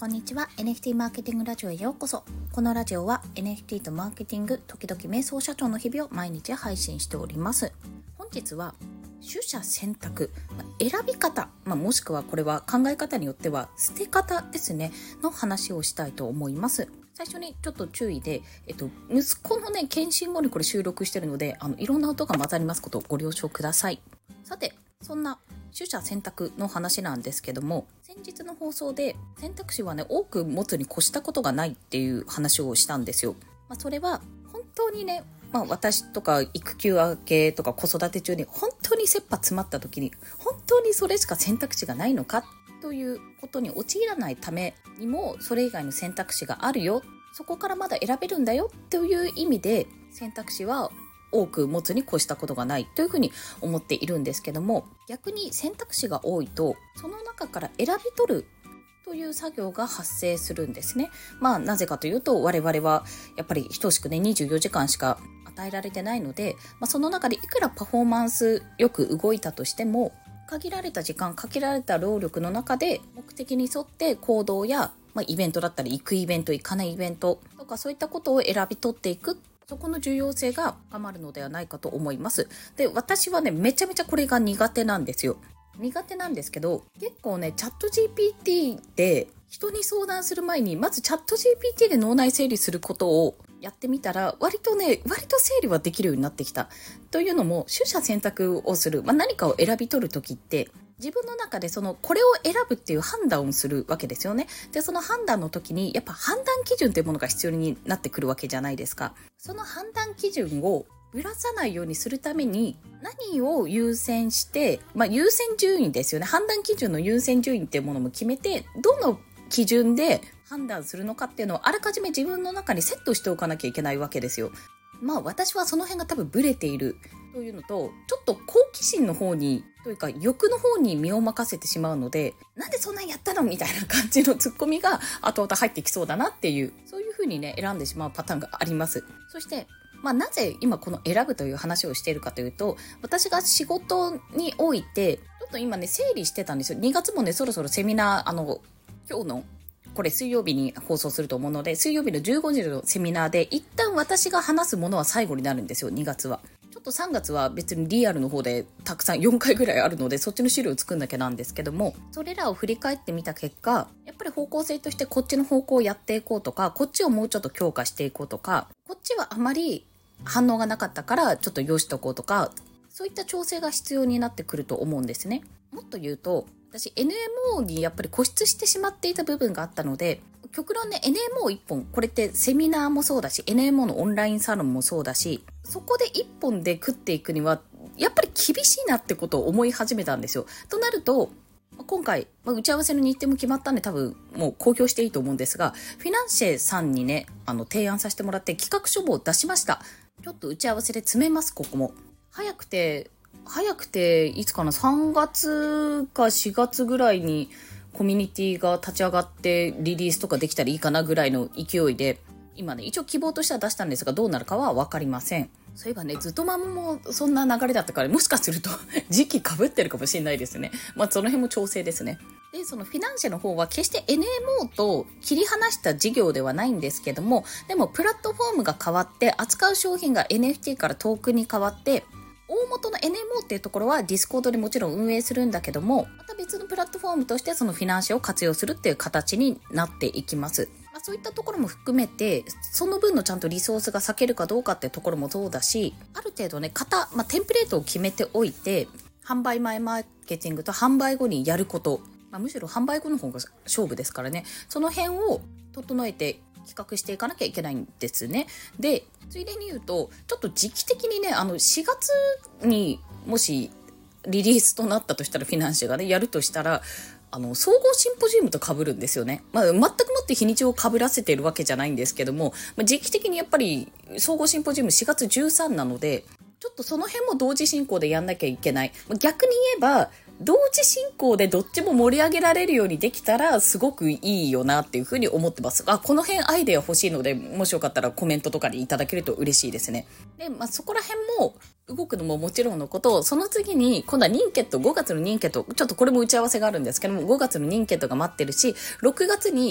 こんにちは。 NFT マーケティングラジオへようこそ。このラジオは NFT とマーケティング、時々瞑想社長の日々を毎日配信しております。本日は取捨選択、選び方、もしくはこれは考え方によっては捨て方ですねの話をしたいと思います。最初にちょっと注意で、息子のね検診後にこれ収録してるのでいろんな音が混ざりますことをご了承ください。さて、そんな取捨選択の話なんですけども、先日の放送で選択肢はね多く持つに越したことがないっていう話をしたんですよ。それは本当にね、私とか育休明けとか子育て中に本当に切羽詰まった時に本当にそれしか選択肢がないのかということに陥らないためにも、それ以外の選択肢があるよ、そこからまだ選べるんだよという意味で選択肢は多く持つに越したことがないというふうに思っているんですけども、逆に選択肢が多いとその中から選び取るという作業が発生するんですね。なぜかというと、我々はやっぱり等しくね24時間しか与えられてないので、その中でいくらパフォーマンスよく動いたとしても、限られた時間、限られた労力の中で目的に沿って行動や、イベントだったり行くイベント、行かないイベントとか、そういったことを選び取っていく、そこの重要性が深まるのではないかと思います。で、私はねめちゃめちゃこれが苦手なんですよ。苦手なんですけど、結構ねチャット GPT で人に相談する前にまずチャット GPT で脳内整理することをやってみたら、割と整理はできるようになってきた。というのも、取捨選択をする、何かを選び取るときって自分の中でこれを選ぶっていう判断をするわけですよね。で、その判断の時にやっぱ判断基準というものが必要になってくるわけじゃないですか。その判断基準をぶらさないようにするために何を優先して、優先順位ですよね。判断基準の優先順位っていうものも決めて、どの基準で判断するのかっていうのをあらかじめ自分の中にセットしておかなきゃいけないわけですよ。私はその辺が多分ブレているというのと、ちょっと好奇心の方にというか欲の方に身を任せてしまうので、なんでそんなんやったのみたいな感じのツッコミが後々入ってきそうだなっていう、そういう風にね選んでしまうパターンがあります。そしてなぜ今この選ぶという話をしているかというと、私が仕事においてちょっと今ね整理してたんですよ。2月もねそろそろセミナー、今日のこれ水曜日に放送すると思うので、水曜日の15時のセミナーで一旦私が話すものは最後になるんですよ。2月はちょっと3月は別にリアルの方でたくさん4回ぐらいあるので、そっちの資料を作んなきゃなんですけども、それらを振り返ってみた結果、やっぱり方向性としてこっちの方向をやっていこうとか、こっちをもうちょっと強化していこうとか、こっちはあまり反応がなかったからちょっとよしとこうとか、そういった調整が必要になってくると思うんですね。もっと言うと、私 NMO にやっぱり固執してしまっていた部分があったので、極論ね NMO 一本、これってセミナーもそうだし NMO のオンラインサロンもそうだし、そこで一本で食っていくにはやっぱり厳しいなってことを思い始めたんですよ。となると今回、打ち合わせの日程も決まったんで多分もう公表していいと思うんですが、フィナンシェさんにね提案させてもらって企画書を出しました。ちょっと打ち合わせで詰めます。ここも早くていつかな、3月か4月ぐらいにコミュニティが立ち上がってリリースとかできたらいいかなぐらいの勢いで、今ね一応希望としては出したんですが、どうなるかは分かりません。そういえばね、ずっとマンもそんな流れだったから、もしかすると時期被ってるかもしれないですね。その辺も調整ですね。で、そのフィナンシェの方は決して NMO と切り離した事業ではないんですけども、でもプラットフォームが変わって扱う商品が NFT からトークンに変わって、大元の NMO っていうところはディスコードでもちろん運営するんだけども、また別のプラットフォームとしてそのフィナンシェを活用するっていう形になっていきます。そういったところも含めて、その分のちゃんとリソースが割けるかどうかっていうところもそうだし、ある程度ねテンプレートを決めておいて、販売前マーケティングと販売後にやること、むしろ販売後の方が勝負ですからね、その辺を整えて企画していかなきゃいけないんですね。で、ついでに言うと、ちょっと時期的にね4月にもしリリースとなったとしたら、フィナンシェがねやるとしたら総合シンポジウムと被るんですよね。全くもって日にちを被らせているわけじじゃないんですけども、時期的にやっぱり総合シンポジウム4月13なので、ちょっとその辺も同時進行でやんなきゃいけない。逆に言えば同時進行でどっちも盛り上げられるようにできたらすごくいいよなっていうふうに思ってます。この辺アイデア欲しいので、もしよかったらコメントとかでいただけると嬉しいですね。で、そこら辺も動くのももちろんのこと、その次に今度はニンケット、5月のニンケット、ちょっとこれも打ち合わせがあるんですけども、5月のニンケットが待ってるし、6月に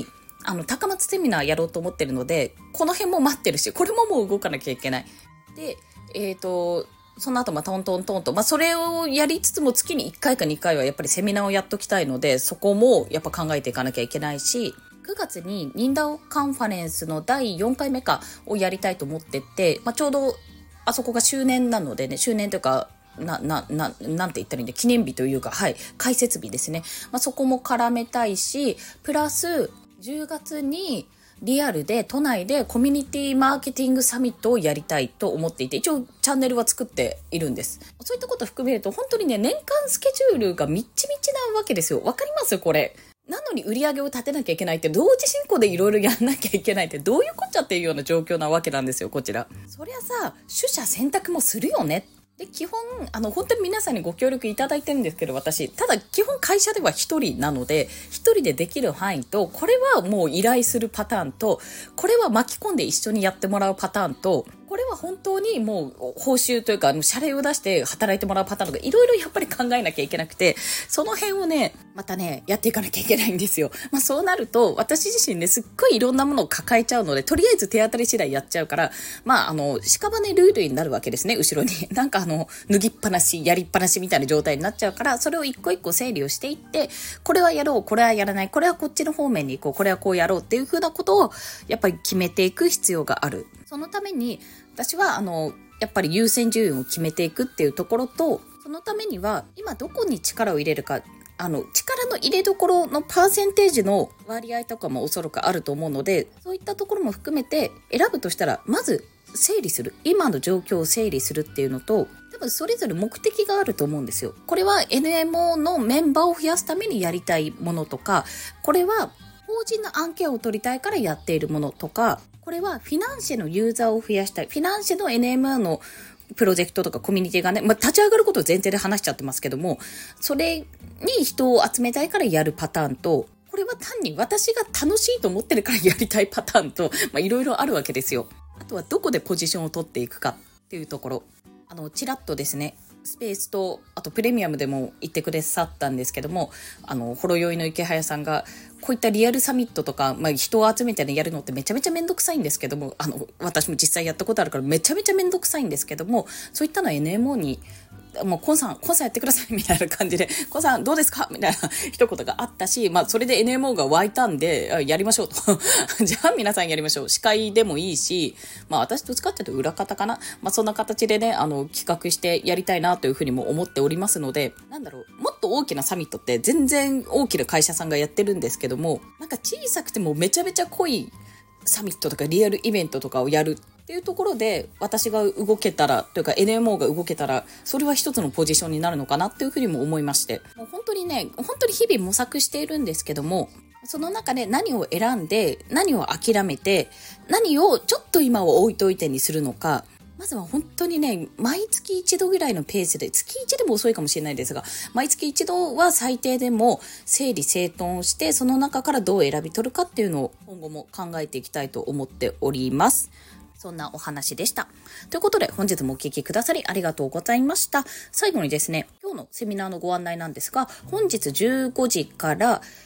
高松セミナーやろうと思ってるので、この辺も待ってるし、これももう動かなきゃいけない。で、その後トントントンと、それをやりつつも月に1回か2回はやっぱりセミナーをやっときたいので、そこもやっぱ考えていかなきゃいけないし、9月にニンダオカンファレンスの第4回目をやりたいと思ってて、ちょうどあそこが周年なのでね、周年というか、なんて言ったらいいんだ、記念日というか、開設日ですね。そこも絡めたいし、プラス10月にリアルで都内でコミュニティマーケティングサミットをやりたいと思っていて、一応チャンネルは作っているんです。そういったことを含めると本当にね、年間スケジュールがみっちみちなわけですよ。わかりますこれ。なのに売り上げを立てなきゃいけないって、同時進行でいろいろやんなきゃいけないってどういうこっちゃっていうような状況なわけなんですよ、こちら。そりゃさ、取捨選択もするよね。で、基本、本当に皆さんにご協力いただいてるんですけど、私、ただ基本会社では一人なので、一人でできる範囲と、これはもう依頼するパターンと、これは巻き込んで一緒にやってもらうパターンと、これは本当にもう報酬というか、謝礼を出して働いてもらうパターンとか、いろいろやっぱり考えなきゃいけなくて、その辺をね、またね、やっていかなきゃいけないんですよ。そうなると、私自身ね、すっごいいろんなものを抱えちゃうので、とりあえず手当たり次第やっちゃうから、屍ルールになるわけですね、後ろに。なんか脱ぎっぱなし、やりっぱなしみたいな状態になっちゃうから、それを一個一個整理をしていって、これはやろう、これはやらない、これはこっちの方面に行こう、これはこうやろうっていう風なことを、やっぱり決めていく必要がある。そのために、私はやっぱり優先順位を決めていくっていうところと、そのためには今どこに力を入れるか、力の入れどころのパーセンテージの割合とかもおそらくあると思うので、そういったところも含めて選ぶとしたら、まず整理する、今の状況を整理するっていうのと、多分それぞれ目的があると思うんですよ。これは NMO のメンバーを増やすためにやりたいものとか、これは法人の案件を取りたいからやっているものとか、これはフィナンシェのユーザーを増やしたい、フィナンシェの NMO のプロジェクトとかコミュニティがね、立ち上がることを前提で話しちゃってますけども、それに人を集めたいからやるパターンと、これは単に私が楽しいと思ってるからやりたいパターンと、いろいろあるわけですよ。あとはどこでポジションを取っていくかっていうところ。ちらっとですね、スペースと、あとプレミアムでも言ってくださったんですけども、ほろ酔いの池早さんが、こういったリアルサミットとか、人を集めてね、やるのってめちゃめちゃめんどくさいんですけども、私も実際やったことあるからめちゃめちゃめんどくさいんですけども、そういったのは NMO に、もうコンさんやってくださいみたいな感じで、コンさんどうですかみたいな一言があったし、それで NMO が湧いたんで、やりましょうと。じゃあ皆さんやりましょう。司会でもいいし、私と使っちゃうと裏方かな。そんな形でね、企画してやりたいなというふうにも思っておりますので、もっと大きなサミットって全然大きな会社さんがやってるんですけども、小さくてもめちゃめちゃ濃いサミットとかリアルイベントとかをやるっていうところで、私が動けたらというか NMO が動けたら、それは一つのポジションになるのかなっていうふうにも思いまして、もう本当に日々模索しているんですけども、その中で何を選んで、何を諦めて、何をちょっと今を置いといてにするのか、まずは本当にね、毎月一度ぐらいのペースで、月1でも遅いかもしれないですが、毎月一度は最低でも整理整頓して、その中からどう選び取るかっていうのを今後も考えていきたいと思っております。そんなお話でした。ということで本日もお聞きくださりありがとうございました。最後にですね、今日のセミナーのご案内なんですが、本日15時から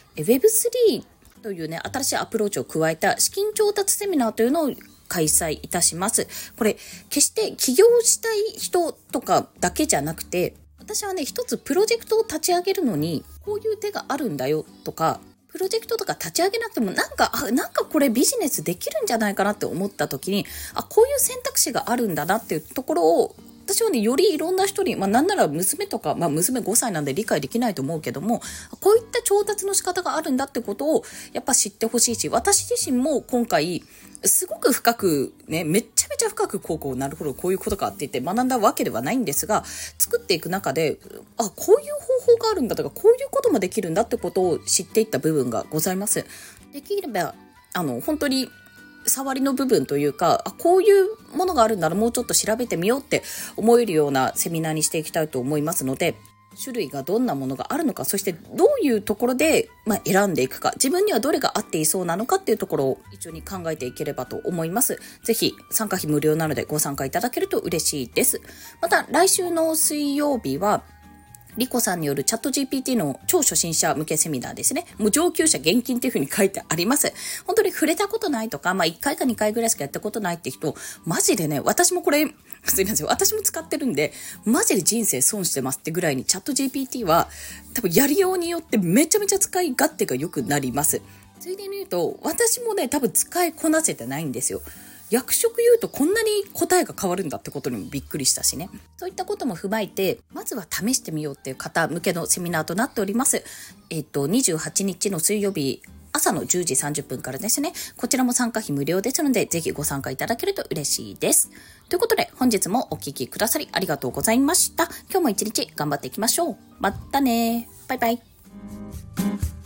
Web3 というね、新しいアプローチを加えた資金調達セミナーというのを開催いたします。これ、決して起業したい人とかだけじゃなくて、私はね、一つプロジェクトを立ち上げるのに、こういう手があるんだよとか、プロジェクトとか立ち上げなくてもなんかこれビジネスできるんじゃないかなって思った時に、こういう選択肢があるんだなっていうところを、私はね、よりいろんな人に、なんなら娘とか、娘5歳なんで理解できないと思うけども、こういった調達の仕方があるんだってことをやっぱ知ってほしいし、私自身も今回すごく深くね、めちゃめちゃ深くなるほどこういうことかって言って学んだわけではないんですが、作っていく中でこういう方法があるんだとか、こういうこともできるんだってことを知っていった部分がございます。できれば本当に触りの部分というか、こういうものがあるんならもうちょっと調べてみようって思えるようなセミナーにしていきたいと思いますので、種類がどんなものがあるのか、そしてどういうところで選んでいくか、自分にはどれが合っていそうなのかっていうところを一緒に考えていければと思います。ぜひ参加費無料なのでご参加いただけると嬉しいです。また来週の水曜日はリコさんによるチャット GPT の超初心者向けセミナーですね。もう上級者厳禁っていう風に書いてあります。本当に触れたことないとか、1回か2回ぐらいしかやったことないって人、マジでね、私もこれ、すいません、私も使ってるんで、マジで人生損してますってぐらいにチャット GPT は、多分やりようによってめちゃめちゃ使い勝手が良くなります。ついでに言うと、私もね、多分使いこなせてないんですよ。役職言うとこんなに答えが変わるんだってことにもびっくりしたしね。そういったことも踏まえて、まずは試してみようっていう方向けのセミナーとなっております。28日の水曜日、朝の10時30分からですね。こちらも参加費無料ですので、ぜひご参加いただけると嬉しいです。ということで、本日もお聞きくださりありがとうございました。今日も一日頑張っていきましょう。またね。バイバイ。